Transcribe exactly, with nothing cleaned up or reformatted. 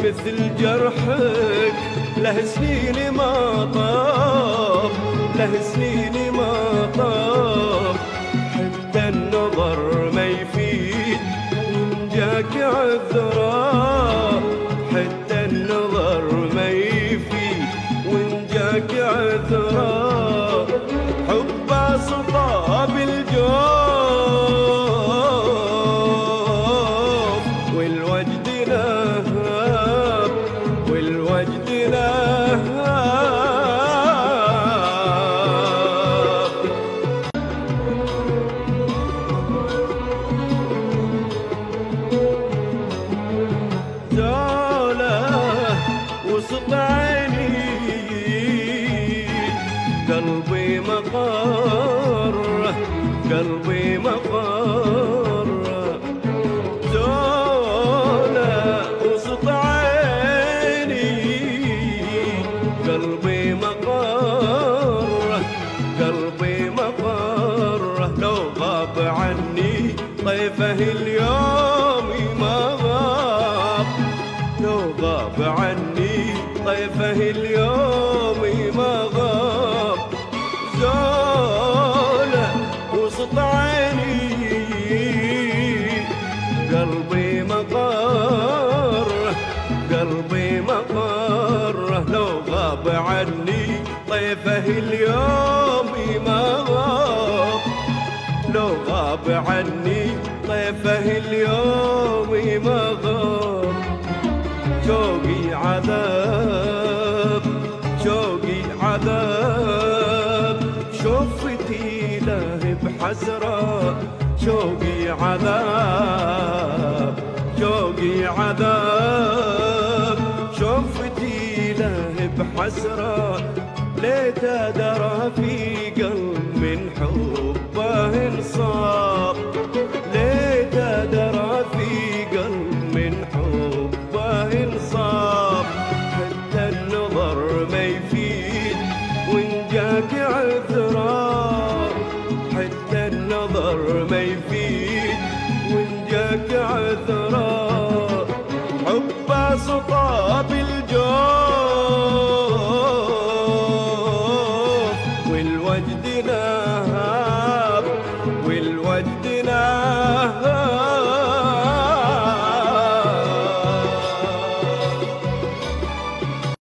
مثل جرحك له سنين ما طاب، له سنين ما طاب، حتى النظر ما يفيد وإن جاك عذرا، حتى النظر ما يفيد وإن جاك عذرا، حبه صطاب الجوف والوجد لهاب، والوجد لهاب. زوله وسط عيني قلبي مقر، قلبي مقر، زوله وسط عيني قلبي مقر، قلبي مقر، لو غاب عني طيفه اليوم ما غاب، لو غاب عني طيفه اليوم ما غاب، زوله وسط عيني قلبي مقر، قلبي مقر، لو غاب عني طيفه اليوم ما غاب، لو غاب عني طيفه اليوم ما غاب، شوقي عذاب، شوقي عذاب، شوفتي له بحسرة، شوقي عذاب، شوقي عذاب، شوفتي له بحسرة، ليت درى في قلب من حبه انصاب، ليت درى في قلب من حبه انصاب، حتى النظر ما يفيد وإن جاك عذرا، حتى النظر ما يفيد وإن جاك عذرا، حبه صطاب